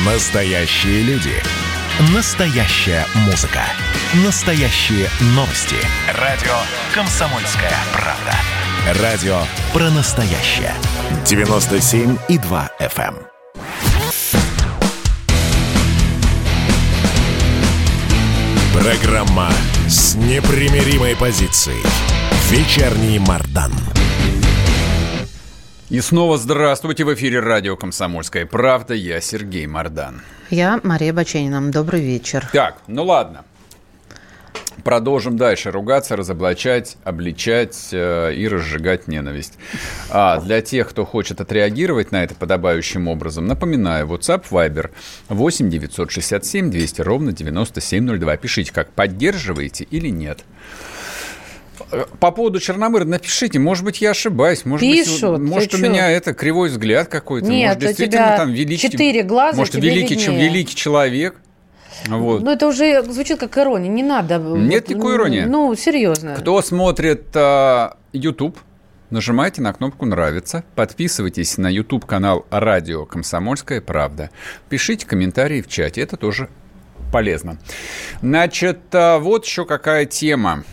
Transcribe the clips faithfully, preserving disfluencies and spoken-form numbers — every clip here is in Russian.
Настоящие люди. Настоящая музыка. Настоящие новости. Радио «Комсомольская правда». Радио про настоящее. девяносто семь и два эф эм. Программа с непримиримой позицией. Вечерний Мардан. И снова здравствуйте. В эфире радио «Комсомольская правда». Я Сергей Мардан. Я Мария Баченина. Добрый вечер. Так, ну ладно. Продолжим дальше ругаться, разоблачать, обличать э, и разжигать ненависть. А для тех, кто хочет отреагировать на это подобающим образом, напоминаю, WhatsApp, Viber восемь девятьсот шестьдесят семь двести ровно девяносто семь ноль два. Пишите, как поддерживаете или нет. По поводу Черномырдина напишите, может быть, я ошибаюсь, может Пишут, быть, может у чё? меня это кривой взгляд какой-то, Нет, может, действительно у тебя там великий, четыре глаза, может, тебе великий, чем виднее. великий человек. Вот. Ну, это уже звучит как ирония, не надо. Нет вот, никакой иронии. Ну, серьезно. Кто смотрит а, YouTube, нажимайте на кнопку «Нравится», подписывайтесь на YouTube-канал «Радио Комсомольская правда», пишите комментарии в чате, это тоже полезно. Значит, а, вот еще какая тема.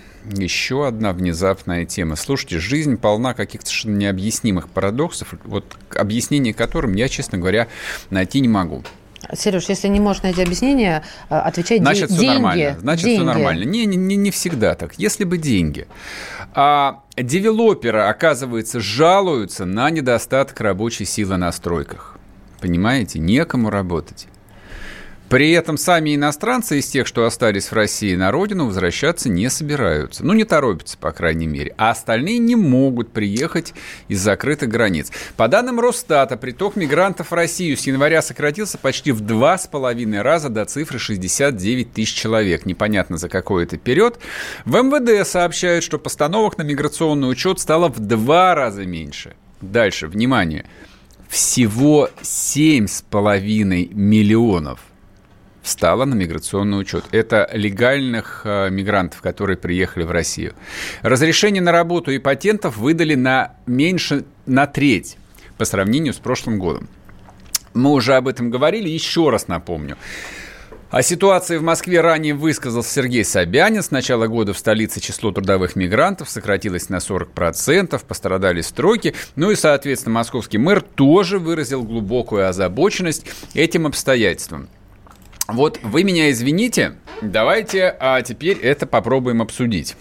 Еще одна внезапная тема. Слушайте, жизнь полна каких-то совершенно необъяснимых парадоксов, вот объяснение которым я, честно говоря, найти не могу. Сереж, если не можешь найти объяснение, отвечай Значит, де- все деньги. нормально. Значит, деньги. все нормально. Не, не, не всегда так. Если бы деньги. А девелоперы, оказывается, жалуются на недостаток рабочей силы на стройках. Понимаете? Некому работать. При этом сами иностранцы из тех, что остались в России, на родину возвращаться не собираются. Ну, не торопятся, по крайней мере. А остальные не могут приехать из закрытых границ. По данным Росстата, приток мигрантов в Россию с января сократился почти в два с половиной раза до цифры шестьдесят девять тысяч человек. Непонятно, за какой это период. В эм вэ дэ сообщают, что постановок на миграционный учет стало в два раза меньше. Дальше, внимание. Всего семь с половиной миллионов встала на миграционный учет. Это легальных э, мигрантов, которые приехали в Россию. Разрешение на работу и патентов выдали на меньше, на треть по сравнению с прошлым годом. Мы уже об этом говорили, еще раз напомню. О ситуации в Москве ранее высказался Сергей Собянин. С начала года в столице число трудовых мигрантов сократилось на сорок процентов, пострадали стройки. Ну и, соответственно, московский мэр тоже выразил глубокую озабоченность этим обстоятельством. Вот вы меня извините, давайте а теперь это попробуем обсудить.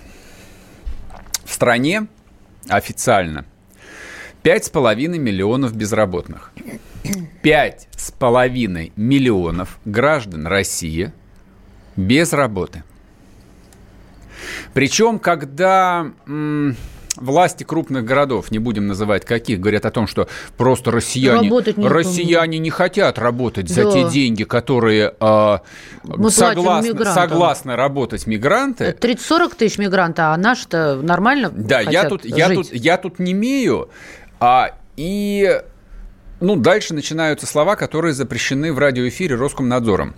В стране официально пять с половиной миллионов безработных. пять с половиной миллионов граждан России без работы. Причем, когда м- власти крупных городов, не будем называть каких, говорят о том, что просто россияне, россияне не хотят работать да. за те деньги, которые э, согласны, согласны работать мигранты. тридцать-сорок тысяч мигрантов, а наши-то нормально да, хотят я тут, жить. я тут, я тут не имею. А, и ну, дальше начинаются слова, которые запрещены в радиоэфире Роскомнадзором.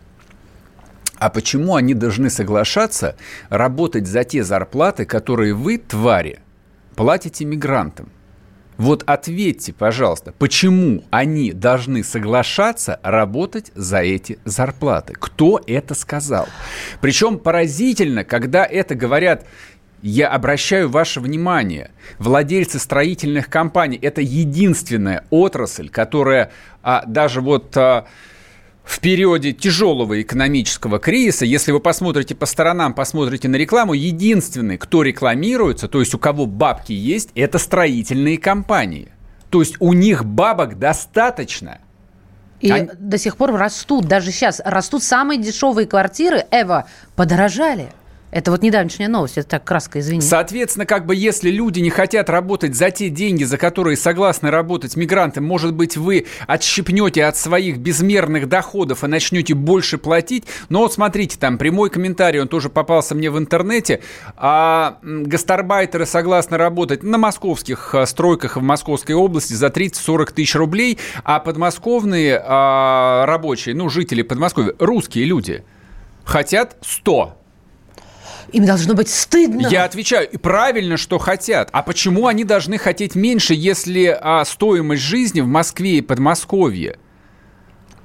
А почему они должны соглашаться работать за те зарплаты, которые вы, твари, платите мигрантам? Вот ответьте, пожалуйста, почему они должны соглашаться работать за эти зарплаты? Кто это сказал? Причем поразительно, когда это говорят, я обращаю ваше внимание, владельцы строительных компаний – это единственная отрасль, которая а, даже вот… А, в периоде тяжелого экономического кризиса, если вы посмотрите по сторонам, посмотрите на рекламу, единственный, кто рекламируется, то есть у кого бабки есть, это строительные компании. То есть у них бабок достаточно. И Они... до сих пор растут, даже сейчас растут самые дешевые квартиры, Эва, подорожали. Это вот недавнешняя новость, это так краска, извини. Соответственно, как бы если люди не хотят работать за те деньги, за которые согласны работать мигранты, может быть, вы отщипнете от своих безмерных доходов и начнете больше платить. Но вот смотрите, там прямой комментарий, он тоже попался мне в интернете. А гастарбайтеры согласны работать на московских стройках в Московской области за тридцать-сорок тысяч рублей, а подмосковные а, рабочие, ну, жители Подмосковья, русские люди, хотят сто. Им должно быть стыдно. Я отвечаю, и правильно, что хотят. А почему они должны хотеть меньше, если а, стоимость жизни в Москве и Подмосковье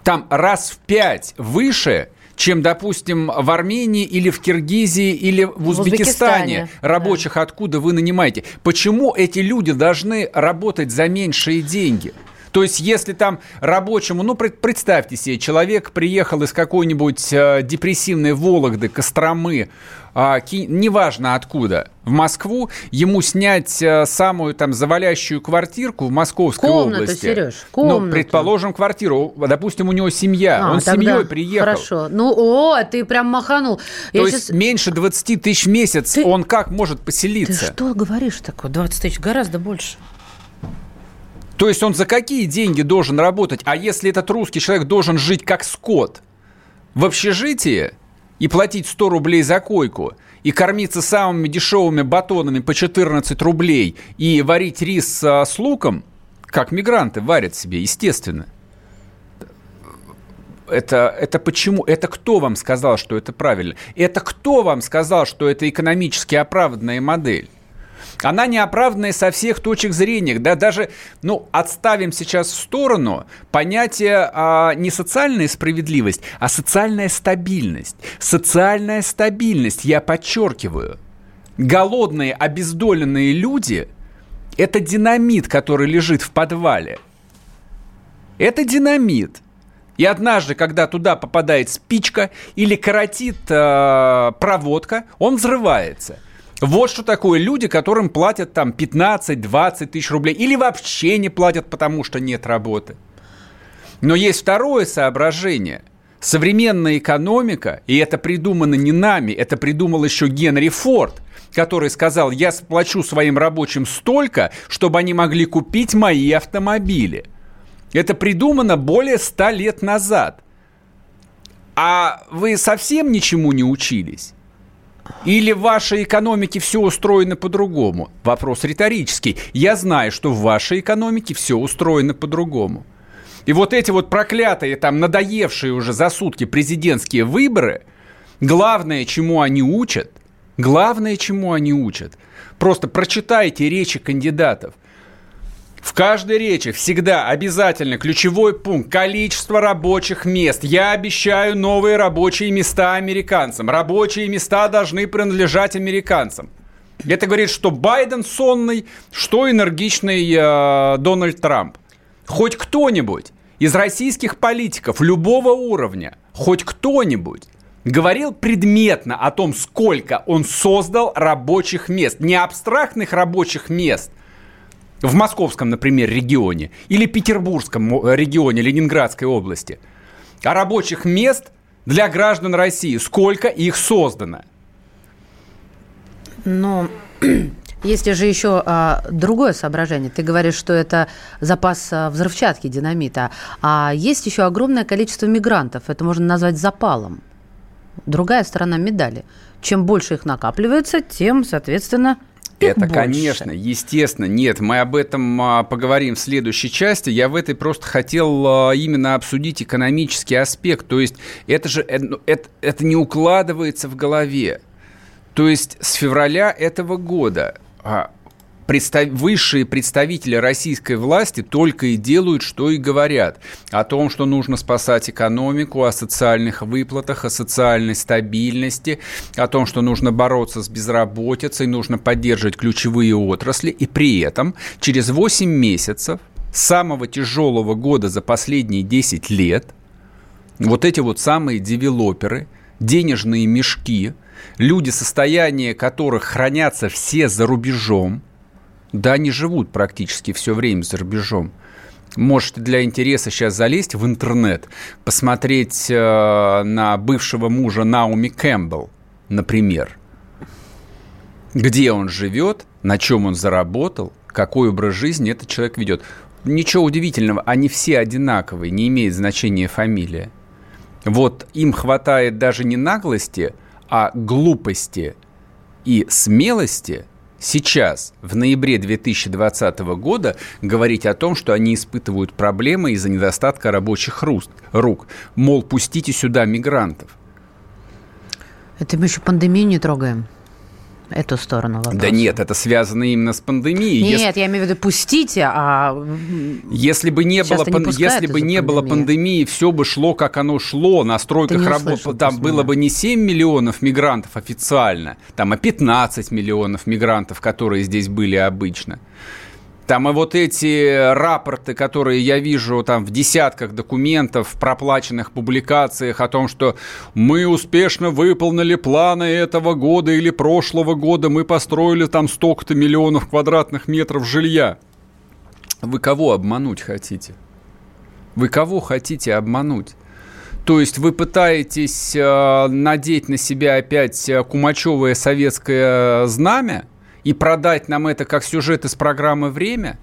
там раз в пять выше, чем, допустим, в Армении или в Киргизии или в Узбекистане, в Узбекистане рабочих, да. Откуда вы нанимаете. Почему эти люди должны работать за меньшие деньги? То есть, если там рабочему, ну, представьте себе, человек приехал из какой-нибудь э, депрессивной Вологды, Костромы, э, ки, неважно откуда, в Москву, ему снять э, самую там завалящую квартирку в Московской комнату, области. Сереж, комнату. Ну, предположим, квартиру. Допустим, у него семья, а, он с семьей приехал. Хорошо. Ну, о, ты прям маханул. Я То сейчас... есть, меньше двадцать тысяч в месяц ты... он как может поселиться? Ты что говоришь такое? двадцать тысяч, гораздо больше. То есть он за какие деньги должен работать? А если этот русский человек должен жить как скот в общежитии и платить сто рублей за койку, и кормиться самыми дешевыми батонами по четырнадцать рублей, и варить рис с луком, как мигранты варят себе, естественно. Это, это почему? Это кто вам сказал, что это правильно? Это кто вам сказал, что это экономически оправданная модель? Она неоправданная со всех точек зрения. Да, даже, ну, отставим сейчас в сторону понятие а, не социальная справедливость, а социальная стабильность. Социальная стабильность, я подчеркиваю. Голодные, обездоленные люди – это динамит, который лежит в подвале. Это динамит. И однажды, когда туда попадает спичка или коротит э, проводка, он взрывается. Вот что такое люди, которым платят там пятнадцать-двадцать тысяч рублей или вообще не платят, потому что нет работы. Но есть второе соображение. Современная экономика, и это придумано не нами, это придумал еще Генри Форд, который сказал: я сплачу своим рабочим столько, чтобы они могли купить мои автомобили. Это придумано более ста лет назад. А вы совсем ничему не учились? Или в вашей экономике все устроено по-другому? Вопрос риторический. Я знаю, что в вашей экономике все устроено по-другому. И вот эти вот проклятые, там, надоевшие уже за сутки президентские выборы, главное, чему они учат, главное, чему они учат, просто прочитайте речи кандидатов. В каждой речи всегда обязательно ключевой пункт – количество рабочих мест. Я обещаю новые рабочие места американцам. Рабочие места должны принадлежать американцам. Это говорит, что Байден сонный, что энергичный э, Дональд Трамп. Хоть кто-нибудь из российских политиков любого уровня, хоть кто-нибудь говорил предметно о том, сколько он создал рабочих мест. Не абстрактных рабочих мест, в московском, например, регионе или петербургском регионе Ленинградской области, а рабочих мест для граждан России. Сколько их создано? Но есть же еще а, другое соображение. Ты говоришь, что это запас а, взрывчатки, динамита. А есть еще огромное количество мигрантов. Это можно назвать запалом. Другая сторона медали. Чем больше их накапливается, тем, соответственно... Это, больше. Конечно, естественно. Нет, мы об этом а, поговорим в следующей части. Я в этой просто хотел а, именно обсудить экономический аспект. То есть это же это, это, это не укладывается в голове. То есть с февраля этого года а, представ... высшие представители российской власти только и делают, что и говорят. О том, что нужно спасать экономику, о социальных выплатах, о социальной стабильности, о том, что нужно бороться с безработицей, нужно поддерживать ключевые отрасли. И при этом через восемь месяцев самого тяжелого года за последние десять лет вот эти вот самые девелоперы, денежные мешки, люди, состояния которых хранятся все за рубежом, да, они живут практически все время за рубежом. Можете для интереса сейчас залезть в интернет, посмотреть э, на бывшего мужа Наоми Кэмпбелл, например. Где он живет, на чем он заработал, какой образ жизни этот человек ведет. Ничего удивительного, они все одинаковые, не имеет значения фамилия. Вот им хватает даже не наглости, а глупости и смелости сейчас, в ноябре две тысячи двадцатого года, говорить о том, что они испытывают проблемы из-за недостатка рабочих рук. Мол, пустите сюда мигрантов. Это мы еще пандемию не трогаем. эту сторону вопроса. Да нет, это связано именно с пандемией. Нет, если... я имею в виду пустите, а если бы не было, пан... не если бы не было пандемии, все бы шло, как оно шло, на стройках работало, там было бы не семь миллионов мигрантов официально, там, а пятнадцать миллионов мигрантов, которые здесь были обычно. Там и вот эти рапорты, которые я вижу там в десятках документов, в проплаченных публикациях о том, что мы успешно выполнили планы этого года или прошлого года, мы построили там столько-то миллионов квадратных метров жилья. Вы кого обмануть хотите? Вы кого хотите обмануть? То есть вы пытаетесь э, надеть на себя опять кумачевое советское знамя и продать нам это как сюжет из программы «Время»?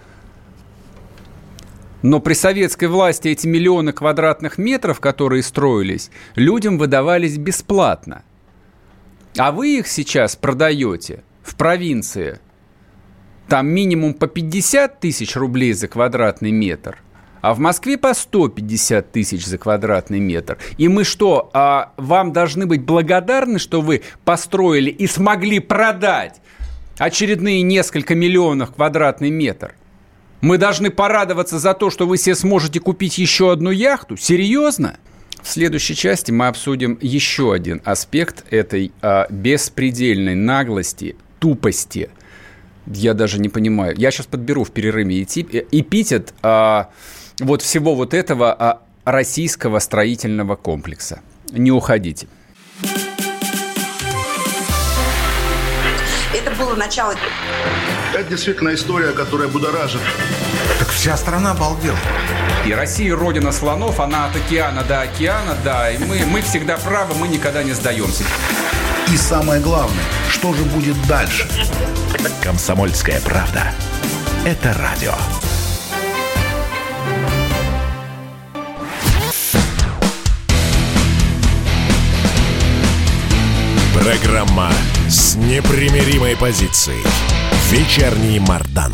Но при советской власти эти миллионы квадратных метров, которые строились, людям выдавались бесплатно. А вы их сейчас продаете в провинции. Там минимум по пятьдесят тысяч рублей за квадратный метр, а в Москве по сто пятьдесят тысяч за квадратный метр. И мы что, а, вам должны быть благодарны, что вы построили и смогли продать очередные несколько миллионов квадратный метр? Мы должны порадоваться за то, что вы себе сможете купить еще одну яхту? Серьезно? В следующей части мы обсудим еще один аспект этой а, беспредельной наглости, тупости. Я даже не понимаю. Я сейчас подберу в перерыве эпитет а, вот всего вот этого а, российского строительного комплекса. Не уходите. Это было начало. Это действительно история, которая будоражит. Так вся страна обалдела. И Россия родина слонов, она от океана до океана, да, и мы, мы всегда правы, мы никогда не сдаемся. И самое главное, что же будет дальше? «Комсомольская правда». Это радио. Программа с непримиримой позицией. Вечерний Мардан.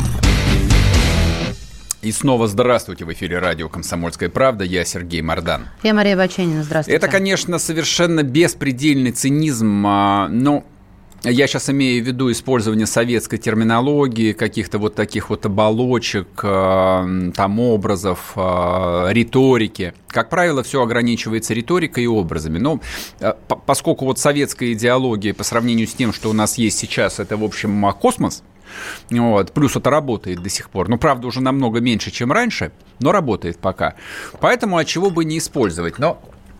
И снова здравствуйте, в эфире радио «Комсомольская правда». Я Сергей Мардан. Я Мария Баченина. Здравствуйте. Это, конечно, совершенно беспредельный цинизм, но я сейчас имею в виду использование советской терминологии, каких-то вот таких вот оболочек, там образов, риторики. Как правило, все ограничивается риторикой и образами. Но поскольку вот советская идеология по сравнению с тем, что у нас есть сейчас, это, в общем, космос, вот, плюс это работает до сих пор. Ну, правда, уже намного меньше, чем раньше, но работает пока. Поэтому от чего бы не использовать. Но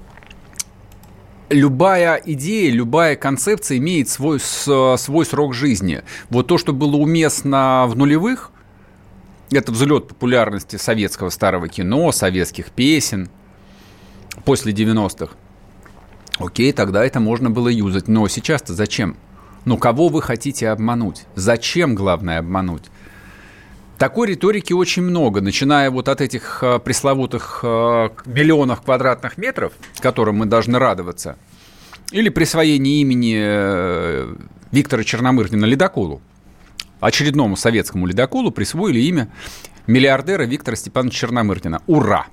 любая идея, любая концепция имеет свой, свой срок жизни. Вот то, что было уместно в нулевых, это взлет популярности советского старого кино, советских песен после девяностых. Окей, тогда это можно было юзать. Но сейчас-то зачем? Ну, кого вы хотите обмануть? Зачем, главное, обмануть? Такой риторики очень много, начиная вот от этих э, пресловутых э, миллионов квадратных метров, которым мы должны радоваться, или присвоение имени э, Виктора Черномырдина ледоколу. Очередному советскому ледоколу присвоили имя миллиардера Виктора Степановича Черномырдина. Ура!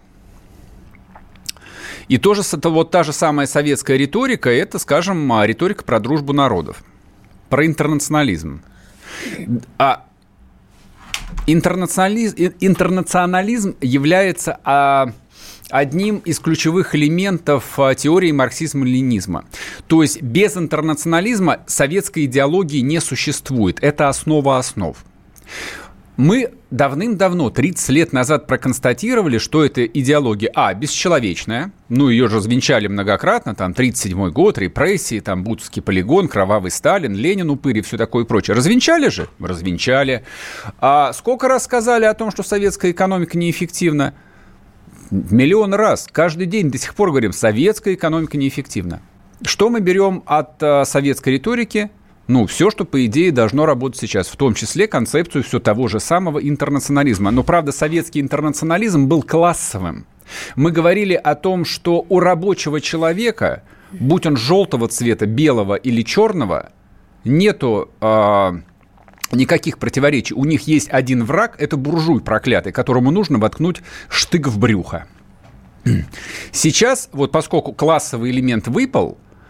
И тоже вот та же самая советская риторика, это, скажем, риторика про дружбу народов, про интернационализм. А интернационализм, интернационализм является а, одним из ключевых элементов а, теории марксизма-ленинизма. То есть без интернационализма советской идеологии не существует. Это основа основ. Мы давным-давно, тридцать лет назад, проконстатировали, что эта идеология, а, бесчеловечная, ну, ее же развенчали многократно, там, тридцать седьмой год, репрессии, там, Бутовский полигон, кровавый Сталин, Ленин, упырь и все такое прочее. Развенчали же? Развенчали. А сколько раз сказали о том, что советская экономика неэффективна? Миллион раз. Каждый день до сих пор говорим, советская экономика неэффективна. Что мы берем от а, советской риторики? Ну, все, что, по идее, должно работать сейчас, в том числе концепцию все того же самого интернационализма. Но, правда, советский интернационализм был классовым. Мы говорили о том, что у рабочего человека, будь он желтого цвета, белого или черного, нету э, никаких противоречий. У них есть один враг, это буржуй проклятый, которому нужно воткнуть штык в брюхо. Сейчас, вот поскольку классовый элемент выпал,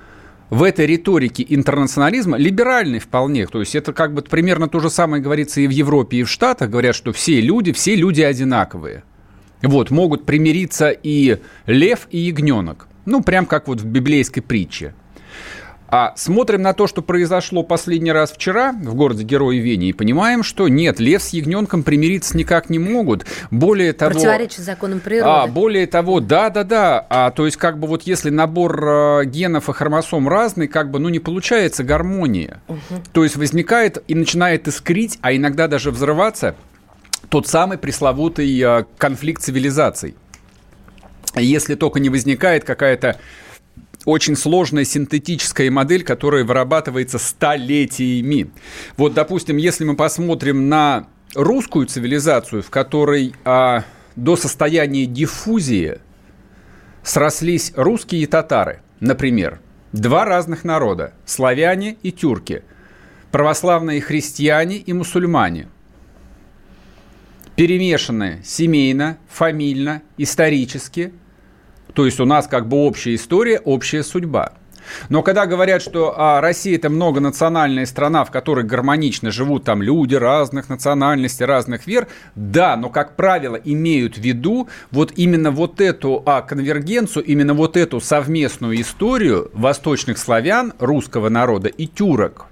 в этой риторике интернационализма либеральный вполне. То есть это как бы примерно то же самое говорится и в Европе, и в Штатах. Говорят, что все люди, все люди одинаковые. Вот, могут примириться и лев, и ягненок. Ну, прям как вот в библейской притче. А смотрим на то, что произошло последний раз вчера в городе-герое Вене, и понимаем, что нет, лев с ягненком примириться никак не могут. Более того... Противоречит законам природы. А, более того, да-да-да. А, то есть, как бы вот если набор э, генов и хромосом разный, как бы, ну, не получается гармония. Угу. То есть возникает и начинает искрить, а иногда даже взрываться тот самый пресловутый э, конфликт цивилизаций. Если только не возникает какая-то очень сложная синтетическая модель, которая вырабатывается столетиями. Вот, допустим, если мы посмотрим на русскую цивилизацию, в которой а, до состояния диффузии срослись русские и татары, например, два разных народа, славяне и тюрки, православные христиане и мусульмане, перемешаны семейно, фамильно, исторически. То есть у нас как бы общая история, общая судьба. Но когда говорят, что а, Россия – это многонациональная страна, в которой гармонично живут там люди разных национальностей, разных вер, да, но, как правило, имеют в виду вот именно вот эту а, конвергенцию, именно вот эту совместную историю восточных славян, русского народа и тюрок.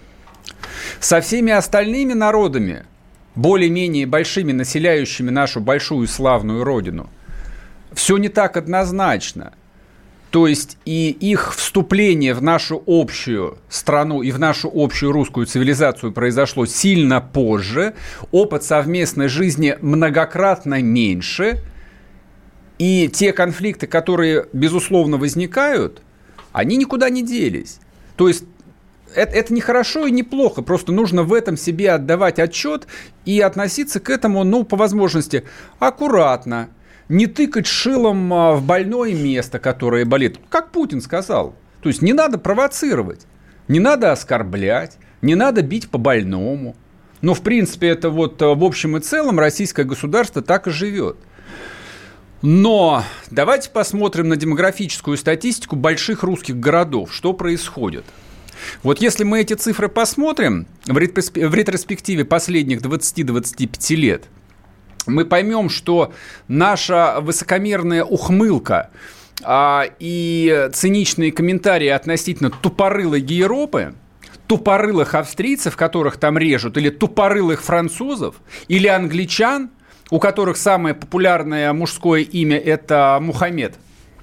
Со всеми остальными народами, более-менее большими, населяющими нашу большую славную родину, все не так однозначно. То есть и их вступление в нашу общую страну и в нашу общую русскую цивилизацию произошло сильно позже. Опыт совместной жизни многократно меньше. И те конфликты, которые, безусловно, возникают, они никуда не делись. То есть это, это не хорошо и не плохо. Просто нужно в этом себе отдавать отчет и относиться к этому, ну, по возможности, аккуратно. Не тыкать шилом в больное место, которое болит, как Путин сказал. То есть не надо провоцировать, не надо оскорблять, не надо бить по больному. Но, в принципе, это вот в общем и целом российское государство так и живет. Но давайте посмотрим на демографическую статистику больших русских городов. Что происходит? Вот если мы эти цифры посмотрим в ретроспективе последних двадцати-двадцати пяти лет, мы поймем, что наша высокомерная ухмылка а, и циничные комментарии относительно тупорылой Европы, тупорылых австрийцев, которых там режут, или тупорылых французов, или англичан, у которых самое популярное мужское имя – это Мухаммед.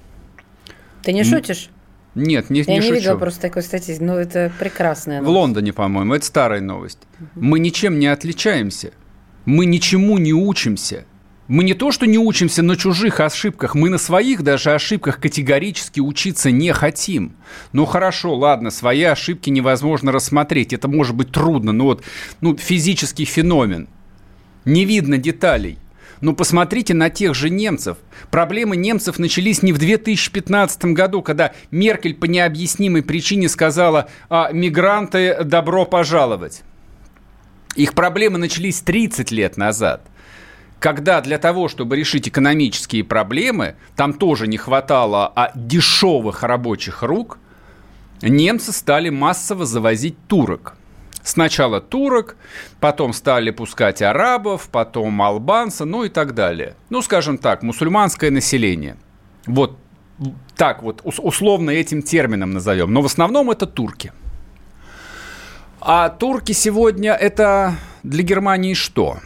Ты не шутишь? Нет, не, Я не, не шучу. видела просто такой статистики, но это прекрасная новость. В Лондоне, по-моему, это старая новость. Мы ничем не отличаемся. Мы ничему не учимся. Мы не то, что не учимся на чужих ошибках, мы на своих даже ошибках категорически учиться не хотим. Ну хорошо, ладно, свои ошибки невозможно рассмотреть, это может быть трудно, но вот ну, физический феномен. Не видно деталей. Но посмотрите на тех же немцев. Проблемы немцев начались не в две тысячи пятнадцатом году, когда Меркель по необъяснимой причине сказала: а, «Мигранты, добро пожаловать». Их проблемы начались тридцать лет назад, когда для того, чтобы решить экономические проблемы, там тоже не хватало а дешевых рабочих рук, немцы стали массово завозить турок. Сначала турок, потом стали пускать арабов, потом албанцев, ну и так далее. Ну, скажем так, мусульманское население. Вот так вот, условно этим термином назовем. Но в основном это турки. А турки сегодня это для Германии что?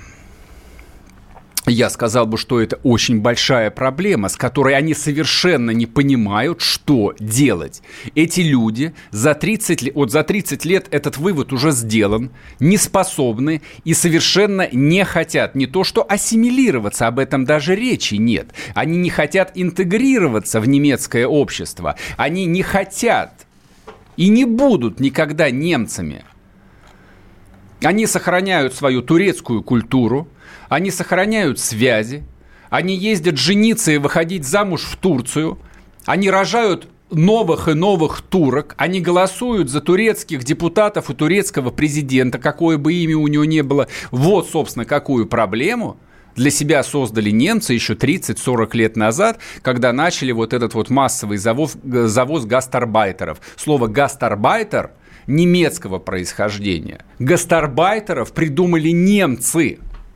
Я сказал бы, что это очень большая проблема, с которой они совершенно не понимают, что делать. Эти люди за тридцать лет, вот за тридцать лет этот вывод уже сделан, не способны и совершенно не хотят не то что ассимилироваться, об этом даже речи нет. Они не хотят интегрироваться в немецкое общество. Они не хотят и не будут никогда немцами. Они сохраняют свою турецкую культуру, они сохраняют связи, они ездят жениться и выходить замуж в Турцию, они рожают новых и новых турок, они голосуют за турецких депутатов и турецкого президента, какое бы имя у него ни было. Вот, собственно, какую проблему для себя создали немцы еще тридцать-сорок лет назад, когда начали вот этот вот массовый завоз, завоз гастарбайтеров. Слово «гастарбайтер» немецкого происхождения. Гастарбайтеров придумали немцы.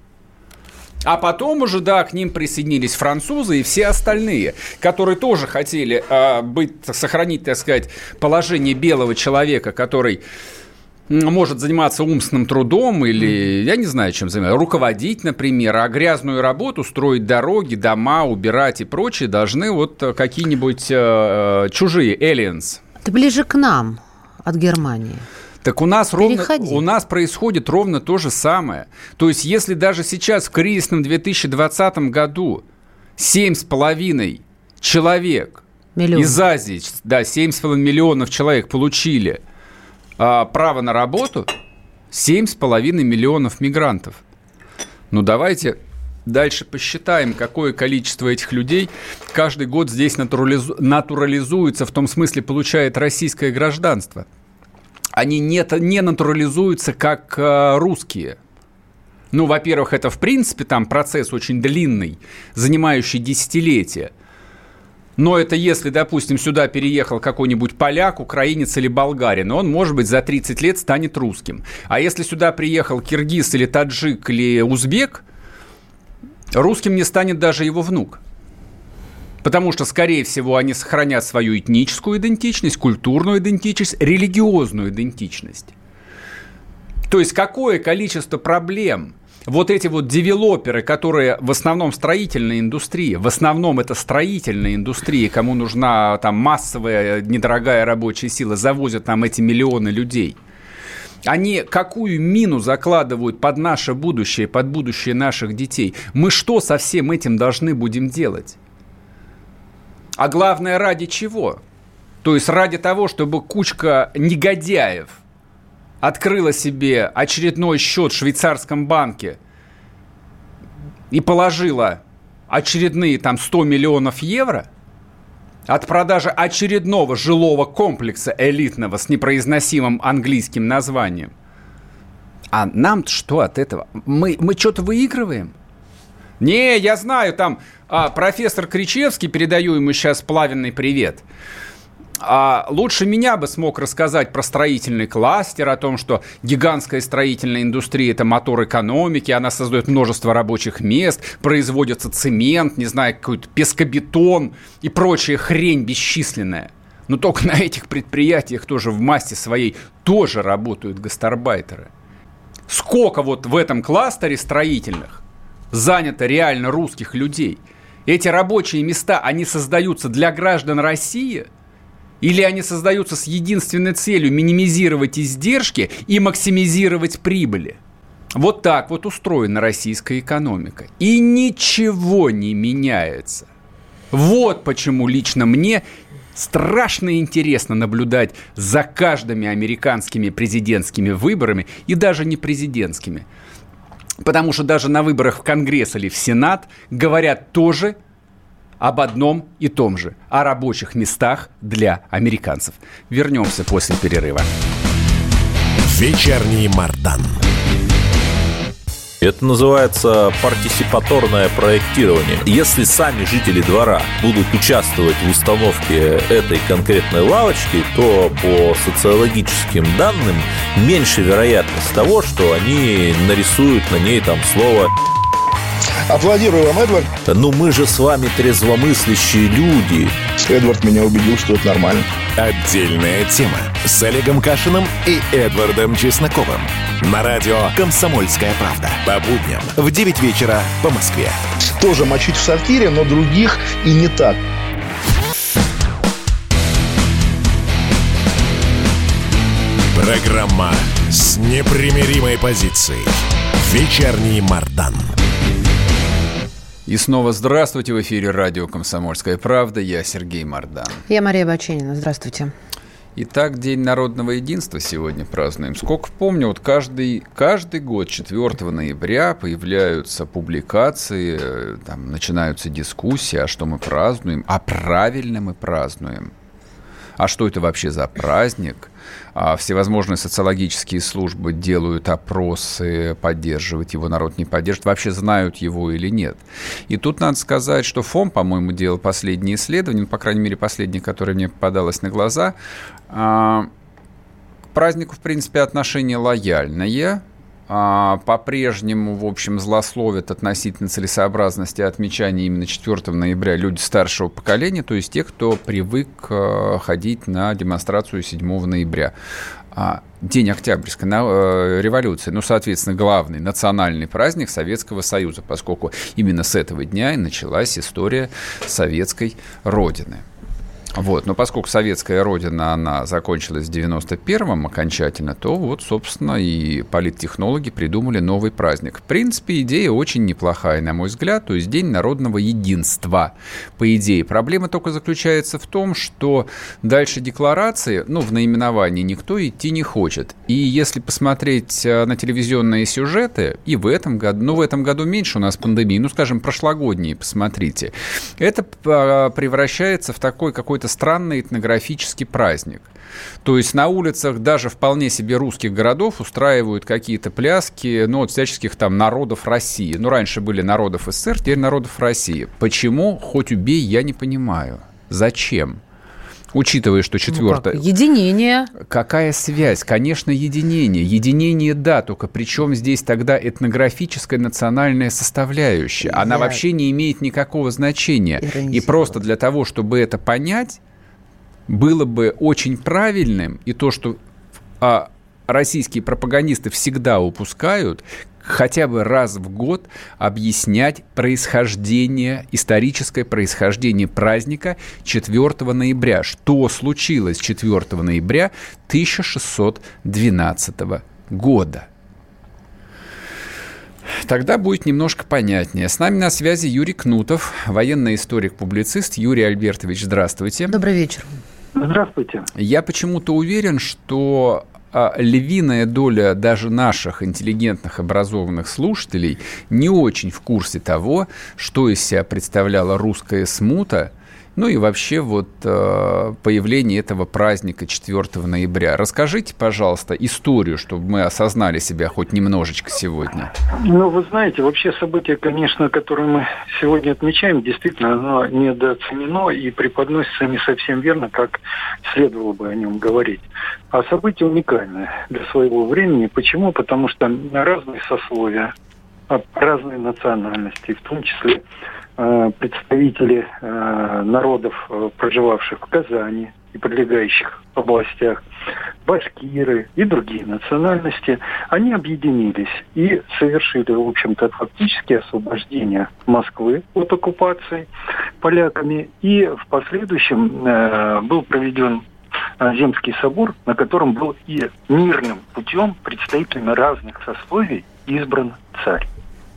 А потом уже, да, к ним присоединились французы и все остальные, которые тоже хотели э, быть, сохранить, так сказать, положение белого человека, который может заниматься умственным трудом или, я не знаю, чем заниматься, руководить, например, а грязную работу, строить дороги, дома, убирать и прочее должны вот какие-нибудь э, чужие, aliens. Ты ближе к нам от Германии. Так у нас, ровно, у нас происходит ровно то же самое. То есть, если даже сейчас в кризисном две тысячи двадцатом году семь с половиной человек Миллион. из Азии, да, семь с половиной миллионов человек получили а, право на работу, семь с половиной миллионов мигрантов. Ну, давайте дальше посчитаем, какое количество этих людей каждый год здесь натурализу... натурализуется, в том смысле получает российское гражданство. Они не, не натурализуются как э, русские. Ну, во-первых, это, в принципе, там процесс очень длинный, занимающий десятилетия. Но это если, допустим, сюда переехал какой-нибудь поляк, украинец или болгарин, он, может быть, за тридцать лет станет русским. А если сюда приехал киргиз или таджик или узбек, русским не станет даже его внук. Потому что, скорее всего, они сохранят свою этническую идентичность, культурную идентичность, религиозную идентичность. То есть какое количество проблем вот эти вот девелоперы, которые в основном строительная индустрия, в основном это строительная индустрия, кому нужна там массовая недорогая рабочая сила, завозят там эти миллионы людей. Они какую мину закладывают под наше будущее, под будущее наших детей? Мы что со всем этим должны будем делать? А главное, ради чего? То есть ради того, чтобы кучка негодяев открыла себе очередной счет в швейцарском банке и положила очередные там сто миллионов евро от продажи очередного жилого комплекса элитного с непроизносимым английским названием. А нам-то что от этого? Мы, мы что-то выигрываем? Не, я знаю, там а, профессор Кричевский, передаю ему сейчас пламенный привет, а, лучше меня бы смог рассказать про строительный кластер, о том, что гигантская строительная индустрия – это мотор экономики, она создает множество рабочих мест, производится цемент, не знаю, какой-то пескобетон и прочая хрень бесчисленная. Но только на этих предприятиях тоже в массе своей тоже работают гастарбайтеры. Сколько вот в этом кластере строительных занято реально русских людей? Эти рабочие места, они создаются для граждан России? Или они создаются с единственной целью минимизировать издержки и максимизировать прибыли? Вот так вот устроена российская экономика. И ничего не меняется. Вот почему лично мне страшно интересно наблюдать за каждыми американскими президентскими выборами и даже не президентскими. Потому что даже на выборах в Конгресс или в Сенат говорят тоже об одном и том же. О рабочих местах для американцев. Вернемся после перерыва. Вечерний Мардан. Это называется партисипаторное проектирование. Если сами жители двора будут участвовать в установке этой конкретной лавочки, то по социологическим данным меньше вероятность того, что они нарисуют на ней там слово. Аплодирую вам, Эдвард. Ну мы же с вами трезвомыслящие люди. Эдвард меня убедил, что это нормально. Отдельная тема с Олегом Кашиным и Эдвардом Чесноковым. На радио «Комсомольская правда». По будням в девять вечера по Москве. Тоже мочить в сортире, но других и не так. Программа с непримиримой позицией. Вечерний Мардан. И снова здравствуйте. В эфире радио «Комсомольская правда». Я Сергей Мардан. Я Мария Баченина. Здравствуйте. Итак, День народного единства сегодня празднуем. Сколько помню, вот каждый, каждый год четвёртого ноября появляются публикации, там начинаются дискуссии, а что мы празднуем, а правильно мы празднуем. А что это вообще за праздник? А всевозможные социологические службы делают опросы, поддерживать его народ, не поддерживает, вообще знают его или нет. И тут надо сказать, что ФОМ, по-моему, делал последние исследования, ну, по крайней мере, последнее, которое мне попадалось на глаза. К празднику, в принципе, отношение лояльное. По-прежнему, в общем, злословят относительно целесообразности отмечания именно четвёртого ноября люди старшего поколения, то есть те, кто привык ходить на демонстрацию седьмого ноября. День Октябрьской революции, ну, соответственно, главный национальный праздник Советского Союза, поскольку именно с этого дня и началась история советской Родины. Вот. Но поскольку советская родина, она закончилась в девяносто первом окончательно, то вот, собственно, и политтехнологи придумали новый праздник. В принципе, идея очень неплохая, на мой взгляд, то есть День народного единства. По идее, проблема только заключается в том, что дальше декларации, ну, в наименовании никто идти не хочет. И если посмотреть на телевизионные сюжеты, и в этом году, ну, в этом году меньше у нас пандемии, ну, скажем, прошлогодние, посмотрите, это превращается в такой какой-то странный этнографический праздник. То есть на улицах даже вполне себе русских городов устраивают какие-то пляски, ну, от всяческих там народов России. Ну, раньше были народов СССР, теперь народов России. Почему? Хоть убей, я не понимаю. Зачем? Учитывая, что четвертое... Ну, единение. Какая связь? Конечно, единение. Единение, да, только при чем здесь тогда этнографическая национальная составляющая? Она Я... вообще не имеет никакого значения. И просто для того, чтобы это понять, было бы очень правильным, и то, что а, российские пропагандисты всегда упускают, хотя бы раз в год объяснять происхождение, историческое происхождение праздника четвёртого ноября. Что случилось четвёртого ноября тысяча шестьсот двенадцатого года. Тогда будет немножко понятнее. С нами на связи Юрий Кнутов, военный историк-публицист. Юрий Альбертович, здравствуйте. Добрый вечер. Здравствуйте. Я почему-то уверен, что львиная доля даже наших интеллигентных, образованных слушателей не очень в курсе того, что из себя представляла русская смута, ну и вообще вот э, появление этого праздника четвёртого ноября. Расскажите, пожалуйста, историю, чтобы мы осознали себя хоть немножечко сегодня. Ну, вы знаете, вообще событие, конечно, которое мы сегодня отмечаем, действительно, оно недооценено и преподносится не совсем верно, как следовало бы о нем говорить. А событие уникальное для своего времени. Почему? Потому что разные сословия, разные национальности, в том числе представители э, народов, проживавших в Казани и прилегающих областях, башкиры и другие национальности, они объединились и совершили, в общем-то, фактически освобождение Москвы от оккупации поляками. И в последующем э, был проведен Земский собор, на котором был и мирным путем представителями разных сословий избран царь.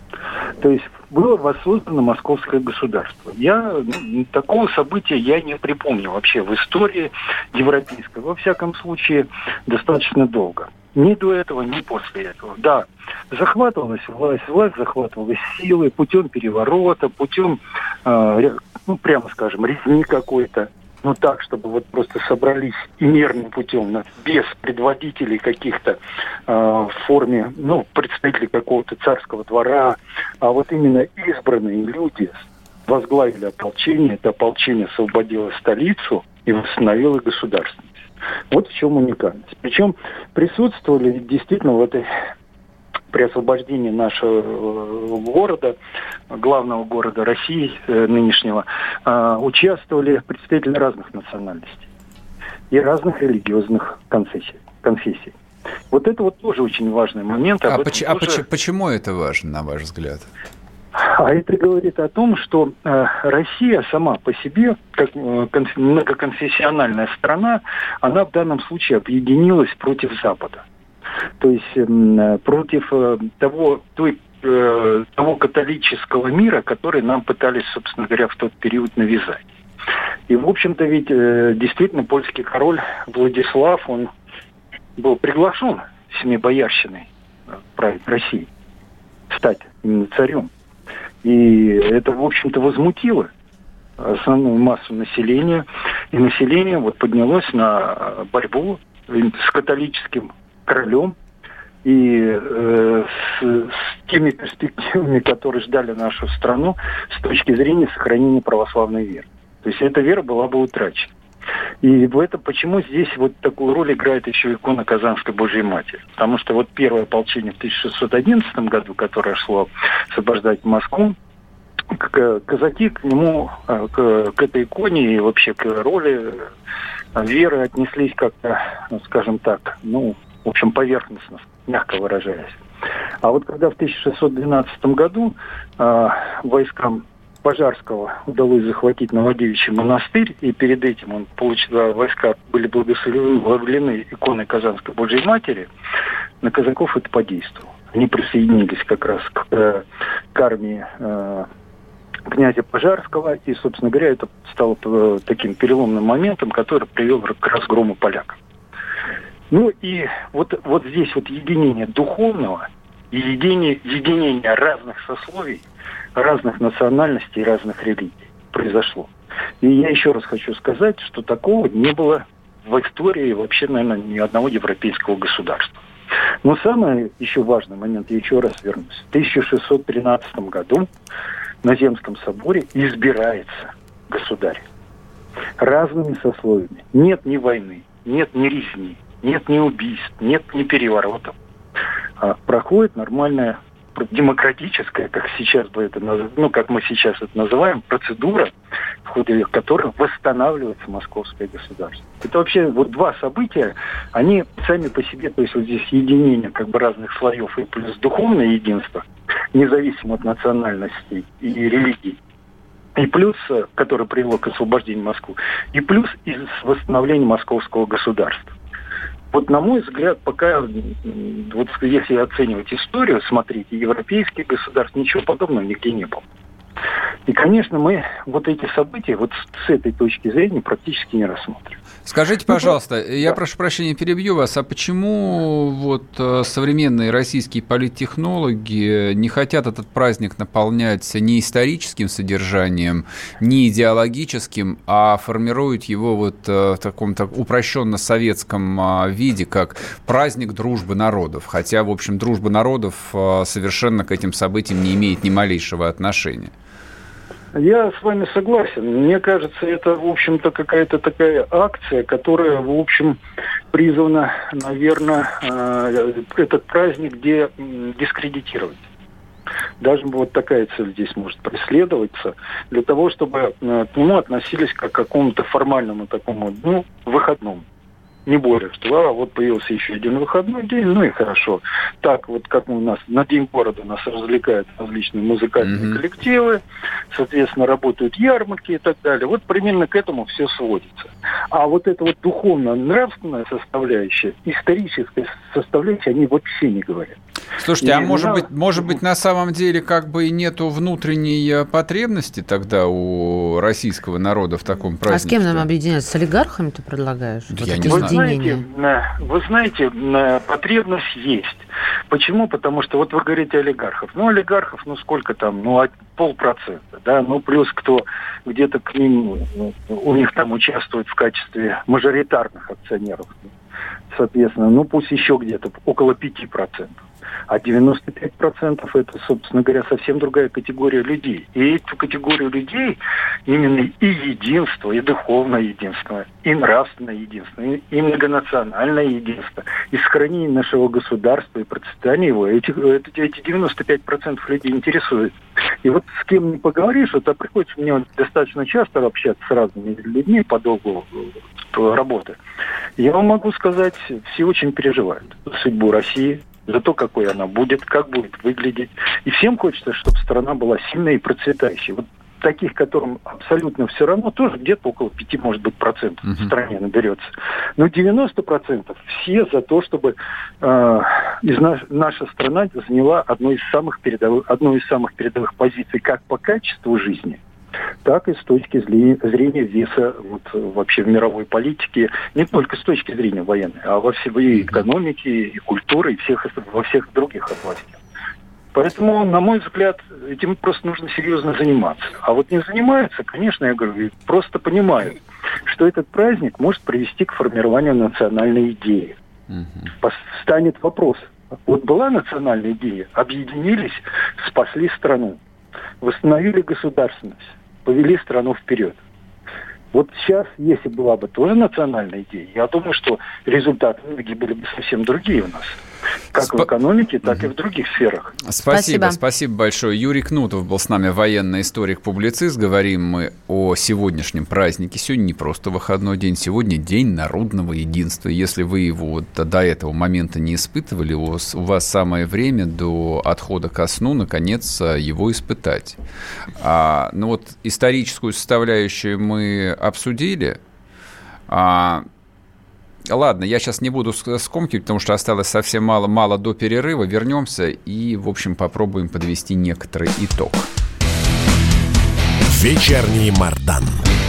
То есть было воссоздано московское государство. Я ну, такого события я не припомню вообще в истории европейской. Во всяком случае, достаточно долго. Ни до этого, ни после этого. Да, захватывалась власть, власть захватывалась силой, путем переворота, путем, э, ну, прямо скажем, резни какой-то. Ну так, чтобы вот просто собрались и мирным путем, без предводителей каких-то э, в форме, ну, представителей какого-то царского двора, а вот именно избранные люди возглавили ополчение, это ополчение освободило столицу и восстановило государственность. Вот в чем уникальность. Причем присутствовали действительно в этой... при освобождении нашего города, главного города России нынешнего, участвовали представители разных национальностей и разных религиозных конфессий. конфессий. Вот это вот тоже очень важный момент. А, поч- а тоже... почему это важно, на ваш взгляд? А это говорит о том, что э, Россия сама по себе, как э, конф... многоконфессиональная страна, она в данном случае объединилась против Запада. То есть э, против э, того, той, э, того католического мира, который нам пытались, собственно говоря, в тот период навязать. И, в общем-то, ведь э, действительно польский король Владислав, он был приглашен семибоярщиной править Россией, стать именно царем. И это, в общем-то, возмутило основную массу населения. И население вот поднялось на борьбу с католическим королем и э, с, с теми перспективами, которые ждали нашу страну с точки зрения сохранения православной веры. То есть эта вера была бы утрачена. И в этом, почему здесь вот такую роль играет еще икона Казанской Божьей Матери? Потому что вот первое ополчение в тысяча шестьсот одиннадцатом году, которое шло освобождать Москву, казаки к нему, к, к этой иконе и вообще к роли веры отнеслись как-то, скажем так, ну, в общем, поверхностно, мягко выражаясь. А вот когда в тысяча шестьсот двенадцатом году э, войскам Пожарского удалось захватить Новодевичий монастырь, и перед этим он получил, войска были благословлены иконой Казанской Божьей Матери, на казаков это подействовало. Они присоединились как раз к, э, к армии э, князя Пожарского, и, собственно говоря, это стало э, таким переломным моментом, который привел к разгрому поляков. Ну и вот, вот здесь вот единение духовного и единение, единение разных сословий, разных национальностей и разных религий произошло. И я еще раз хочу сказать, что такого не было в истории вообще, наверное, ни одного европейского государства. Но самый еще важный момент, я еще раз вернусь. В тысяча шестьсот тринадцатом году на Земском соборе избирается государь разными сословиями. Нет ни войны, нет ни резни, нет ни убийств, нет ни переворотов. А проходит нормальная демократическая, как сейчас бы это, ну, как мы сейчас это называем, процедура, в ходе которой восстанавливается московское государство. Это вообще вот два события, они сами по себе, то есть вот здесь единение как бы разных слоев и плюс духовное единство, независимо от национальности и религий, и плюс, которое привело к освобождению Москвы, и плюс из восстановления московского государства. Вот, на мой взгляд, пока, вот если оценивать историю, смотрите, европейских государств, ничего подобного нигде не было. И, конечно, мы вот эти события вот с этой точки зрения практически не рассмотрим. Скажите, пожалуйста, ну, я да. прошу прощения, перебью вас, а почему вот современные российские политтехнологи не хотят этот праздник наполнять не историческим содержанием, не идеологическим, а формируют его вот в таком-то упрощенно-советском виде, как праздник дружбы народов? Хотя, в общем, дружба народов совершенно к этим событиям не имеет ни малейшего отношения. Я с вами согласен. Мне кажется, это, в общем-то, какая-то такая акция, которая, в общем, призвана, наверное, этот праздник де- дискредитировать. Даже вот такая цель здесь может преследоваться, для того, чтобы к нему относились как к какому-то формальному такому, ну, выходному. Не более, что а, вот появился еще один выходной день, ну и хорошо. Так вот, как у нас на День города нас развлекают различные музыкальные mm-hmm. коллективы, соответственно, работают ярмарки и так далее. Вот примерно к этому все сводится. А вот эта вот духовно-нравственная составляющая, историческая составляющая, они вообще не говорят. Слушайте, и а может, на... быть, может быть, на самом деле как бы и нету внутренней потребности тогда у российского народа в таком празднике? А с кем нам объединяться? С олигархами ты предлагаешь? Да вот я не знаю. Знаете, вы знаете, потребность есть. Почему? Потому что вот вы говорите олигархов. Ну, олигархов, ну, сколько там? Ну, полпроцента, да? Ну, плюс кто где-то к ним, ну, у них там участвует в качестве мажоритарных акционеров. Соответственно, ну, пусть еще где-то около пяти процентов. А девяносто пять процентов это, собственно говоря, совсем другая категория людей. И эту категорию людей именно и единство, и духовное единство, и нравственное единство, и, и многонациональное единство, и сохранение нашего государства, и процветание его, эти, эти девяносто пять процентов людей интересует. И вот с кем не поговоришь, вот, а приходится мне достаточно часто общаться с разными людьми по долгу работы. Я вам могу сказать, все очень переживают за судьбу России, за то, какой она будет, как будет выглядеть. И всем хочется, чтобы страна была сильной и процветающей. Вот таких, которым абсолютно все равно, тоже где-то около пяти, может быть, процентов uh-huh. в стране наберется. Но девяносто процентов все за то, чтобы э, из наш, наша страна заняла одну из самых передовых, одну из самых передовых позиций как по качеству жизни, так и с точки зрения веса вот, вообще в мировой политике, не только с точки зрения военной, а во всей и экономике, и культуры, и всех, во всех других областях. Поэтому, на мой взгляд, этим просто нужно серьезно заниматься. А вот не занимаются, конечно, я говорю, просто понимают, что этот праздник может привести к формированию национальной идеи. Угу. Станет вопрос. Вот была национальная идея, объединились, спасли страну, восстановили государственность, повели страну вперед. Вот сейчас, если была бы тоже национальная идея, я думаю, что результаты многие были бы совсем другие у нас. Как Сп... в экономике, так и в других сферах. Спасибо, спасибо, спасибо большое. Юрий Кнутов был с нами, военный историк-публицист. Говорим мы о сегодняшнем празднике. Сегодня не просто выходной день, сегодня день народного единства. Если вы его вот до этого момента не испытывали, у вас, у вас самое время до отхода ко сну, наконец, его испытать. А, ну вот историческую составляющую мы обсудили. А, Ладно, я сейчас не буду скомкивать, потому что осталось совсем мало-мало до перерыва. Вернемся и, в общем, попробуем подвести некоторый итог. Вечерний Мардан.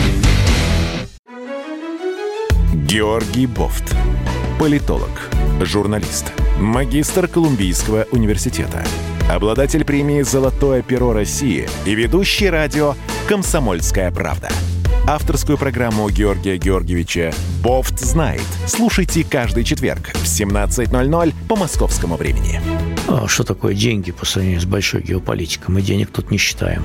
Георгий Бофт. Политолог, журналист, магистр Колумбийского университета, обладатель премии «Золотое перо России» и ведущий радио «Комсомольская правда». Авторскую программу Георгия Георгиевича «Бофт знает». Слушайте каждый четверг в семнадцать ноль ноль по московскому времени. А что такое деньги по сравнению с большой геополитикой? Мы денег тут не считаем.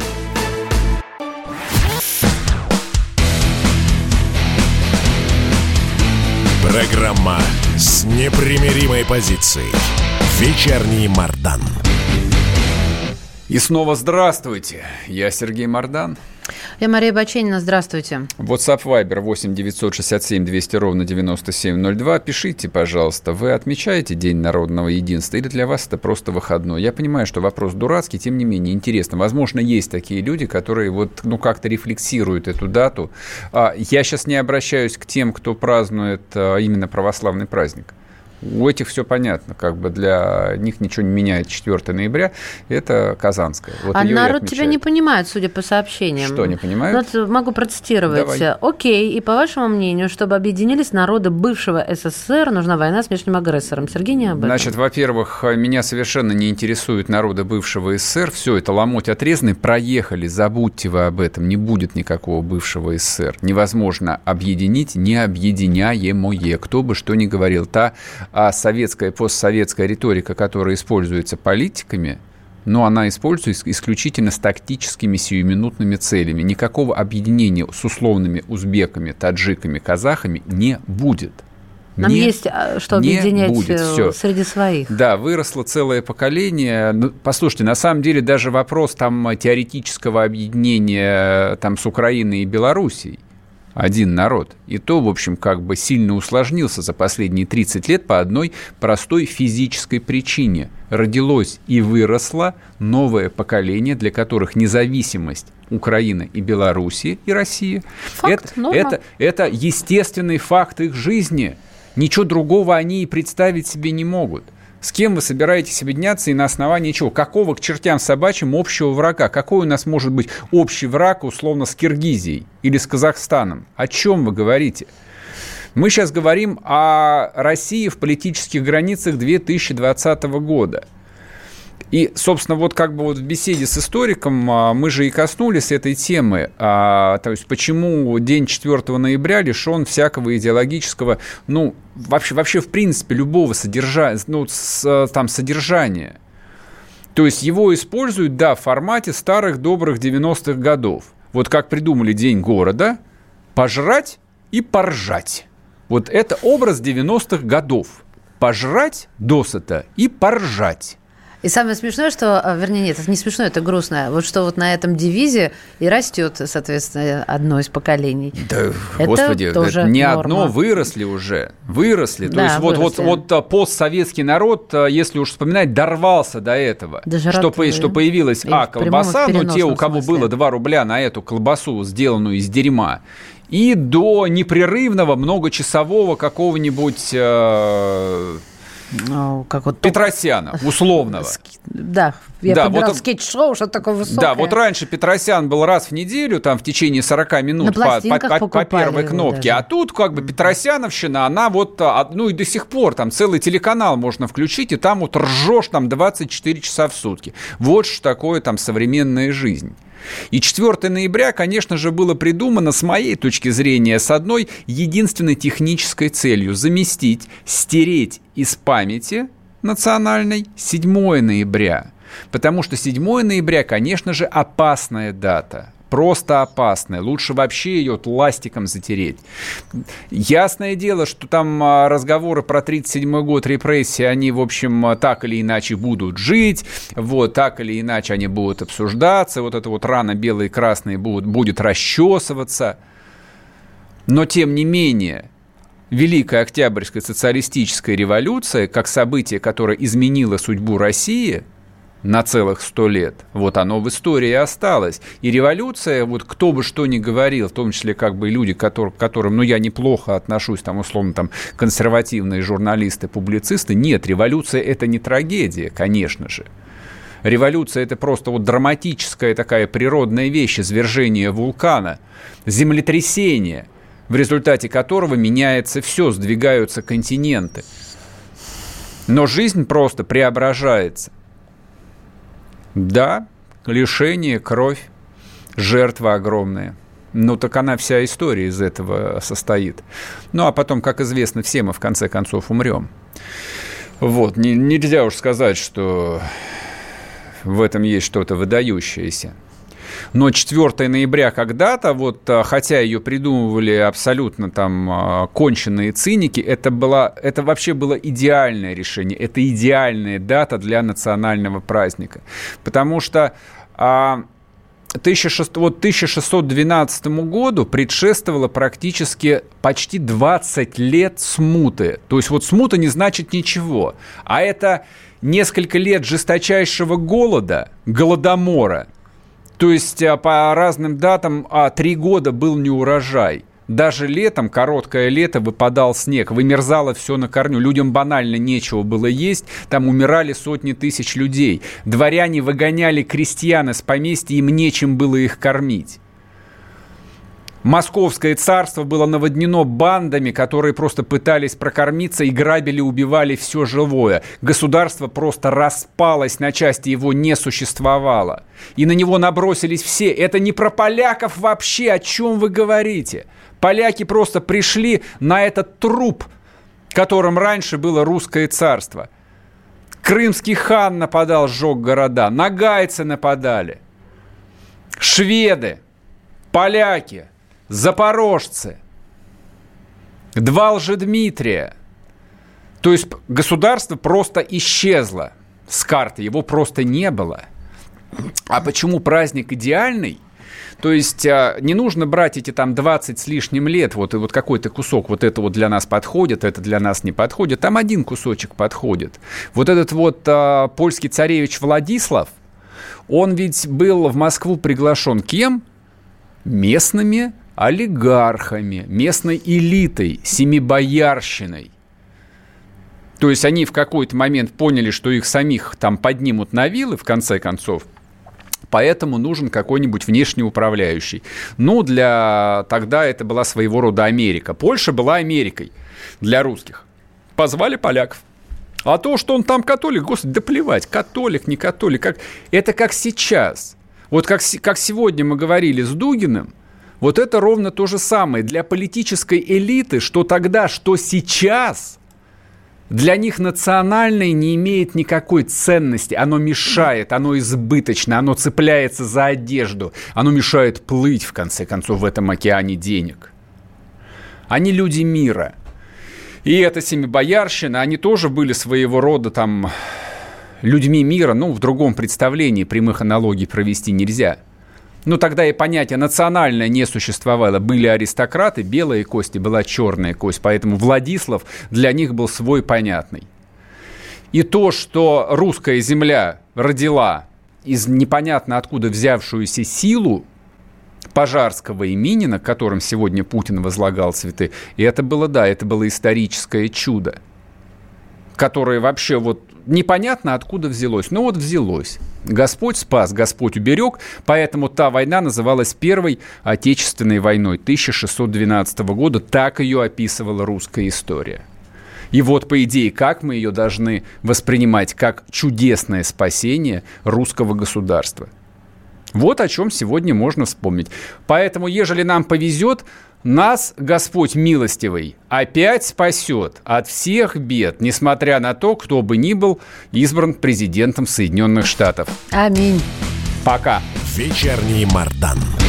Программа с непримиримой позицией. Вечерний Мардан. И снова здравствуйте. Я Сергей Мардан. Я Мария Баченина. Здравствуйте. WhatsApp Viber восемь девятьсот шестьдесят семь двести ровно девяносто семь ноль два. Пишите, пожалуйста, вы отмечаете День народного единства или для вас это просто выходной? Я понимаю, что вопрос дурацкий, тем не менее интересно. Возможно, есть такие люди, которые вот, ну, как-то рефлексируют эту дату. Я сейчас не обращаюсь к тем, кто празднует именно православный праздник. У этих все понятно, как бы для них ничего не меняет четвёртого ноября, это Казанская. Вот а народ тебя не понимает, судя по сообщениям. Что не понимают? Вот могу процитировать. Давай. Окей, и по вашему мнению, чтобы объединились народы бывшего СССР, нужна война с внешним агрессором. Сергей, не об этом. Значит, во-первых, меня совершенно не интересуют народы бывшего СССР. Все это ломоть отрезанный, проехали, забудьте вы об этом, не будет никакого бывшего СССР. Невозможно объединить необъединяемое. Кто бы что ни говорил, та а советская, постсоветская риторика, которая используется политиками, но она используется исключительно с тактическими сиюминутными целями. Никакого объединения с условными узбеками, таджиками, казахами не будет. Нам не, есть что объединять будет, среди своих. Да, выросло целое поколение. Ну, послушайте, на самом деле даже вопрос там теоретического объединения там, с Украиной и Белоруссией. Один народ. И то, в общем, как бы сильно усложнился за последние тридцать лет по одной простой физической причине. Родилось и выросло новое поколение, для которых независимость Украины и Белоруссии и России факт, это, это, это естественный факт их жизни. Ничего другого они и представить себе не могут. С кем вы собираетесь объединяться и на основании чего? Какого к чертям собачьим общего врага? Какой у нас может быть общий враг, условно, с Киргизией или с Казахстаном? О чем вы говорите? Мы сейчас говорим о России в политических границах две тысячи двадцатого года. И, собственно, вот как бы вот в беседе с историком мы же и коснулись этой темы. А, то есть, почему день четвёртого ноября лишен всякого идеологического, ну, вообще, вообще в принципе, любого содержания, ну, с, там, содержания. То есть, его используют, да, в формате старых добрых девяностых годов. Вот как придумали День города, пожрать и поржать. Вот это образ девяностых годов. Пожрать досыта и поржать. И самое смешное, что, вернее, нет, это не смешно, это грустно. Вот что вот на этом девизе и растет, соответственно, одно из поколений. Да, это господи, тоже это не норма. Одно, выросли уже, выросли. Да, То есть вот, выросли. вот, вот постсоветский народ, если уж вспоминать, дорвался до этого. Даже что, по, что появилась, и а, колбаса, но те, у кого смысле. было два рубля на эту колбасу, сделанную из дерьма, и до непрерывного многочасового какого-нибудь... Э, Ну, как вот Петросяна, условного. Да, я да, подбирала вот, скетч-шоу, что такое высокое. Да, вот раньше Петросян был раз в неделю, там в течение сорок минут по, по, по, по первой кнопке, даже. А тут как бы Петросяновщина, она вот, ну и до сих пор там целый телеканал можно включить, и там вот ржешь там двадцать четыре часа в сутки. Вот что такое там современная жизнь. И четвёртого ноября, конечно же, было придумано, с моей точки зрения, с одной единственной технической целью – заместить, стереть из памяти национальной седьмого ноября. Потому что седьмого ноября, конечно же, опасная дата. Просто опасная. Лучше вообще ее ластиком затереть. Ясное дело, что там разговоры про тридцать седьмой год, репрессии, они, в общем, так или иначе будут жить, вот, так или иначе они будут обсуждаться, вот это вот рана белые и красные будут, будет расчесываться. Но, тем не менее, Великая Октябрьская социалистическая революция, как событие, которое изменило судьбу России на целых сто лет, вот оно в истории осталось. И революция, вот кто бы что ни говорил, в том числе как бы люди, которые, к которым, ну, я неплохо отношусь, там, условно, там, консервативные журналисты, публицисты, нет, революция – это не трагедия, конечно же. Революция – это просто вот драматическая такая природная вещь, извержение вулкана, землетрясение, в результате которого меняется все, сдвигаются континенты. Но жизнь просто преображается. Да, лишение, кровь, жертва огромная. Ну, так она вся история из этого состоит. Ну, а потом, как известно, все мы в конце концов умрем. Вот, не, нельзя уж сказать, что в этом есть что-то выдающееся. Но четвёртого ноября когда-то, вот, хотя ее придумывали абсолютно там конченые циники, это, была, это вообще было идеальное решение, это идеальная дата для национального праздника. Потому что а, тысяча шестьсот двенадцатому году предшествовало практически почти двадцать лет смуты. То есть вот смута не значит ничего, а это несколько лет жесточайшего голода, голодомора. То есть по разным датам а, три года был неурожай. Даже летом, короткое лето, выпадал снег, вымерзало все на корню. Людям банально нечего было есть, там умирали сотни тысяч людей. Дворяне выгоняли крестьян из поместья, им нечем было их кормить. Московское царство было наводнено бандами, которые просто пытались прокормиться и грабили, убивали все живое. Государство просто распалось на части, его не существовало. И на него набросились все. Это не про поляков вообще, о чем вы говорите? Поляки просто пришли на этот труп, которым раньше было русское царство. Крымский хан нападал, сжег города, нагайцы нападали, шведы, поляки, запорожцы, два Лжедмитрия. То есть государство просто исчезло с карты, его просто не было. А почему праздник идеальный? То есть не нужно брать эти там двадцать с лишним лет, вот, и вот какой-то кусок, вот это вот для нас подходит, это для нас не подходит. Там один кусочек подходит. Вот этот вот а, польский царевич Владислав, он ведь был в Москву приглашен кем? Местными олигархами, местной элитой, семибоярщиной. То есть они в какой-то момент поняли, что их самих там поднимут на вилы, в конце концов, поэтому нужен какой-нибудь внешний управляющий. Ну, для... тогда это была своего рода Америка. Польша была Америкой для русских. Позвали поляков. А то, что он там католик, господи, да плевать, католик, не католик. Как... Это как сейчас. Вот как, как сегодня мы говорили с Дугиным, вот это ровно то же самое. Для политической элиты, что тогда, что сейчас, для них национальное не имеет никакой ценности. Оно мешает, оно избыточно, оно цепляется за одежду. Оно мешает плыть, в конце концов, в этом океане денег. Они люди мира. И эта семибоярщина, они тоже были своего рода там людьми мира, ну, в другом представлении, прямых аналогий провести нельзя. Ну, тогда и понятие национальное не существовало. Были аристократы, белая кость и была черная кость. Поэтому Владислав для них был свой понятный. И то, что русская земля родила из непонятно откуда взявшуюся силу Пожарского и Минина, которым сегодня Путин возлагал цветы, и это было, да, это было историческое чудо. которое вообще вот непонятно откуда взялось. Но вот взялось. Господь спас, Господь уберег, поэтому та война называлась Первой Отечественной войной тысяча шестьсот двенадцатого года. Так ее описывала русская история. И вот, по идее, как мы ее должны воспринимать как чудесное спасение русского государства. Вот о чем сегодня можно вспомнить. Поэтому, ежели нам повезет, нас Господь милостивый опять спасет от всех бед, несмотря на то, кто бы ни был избран президентом Соединенных Штатов. Аминь. Пока. Вечерний Мардан.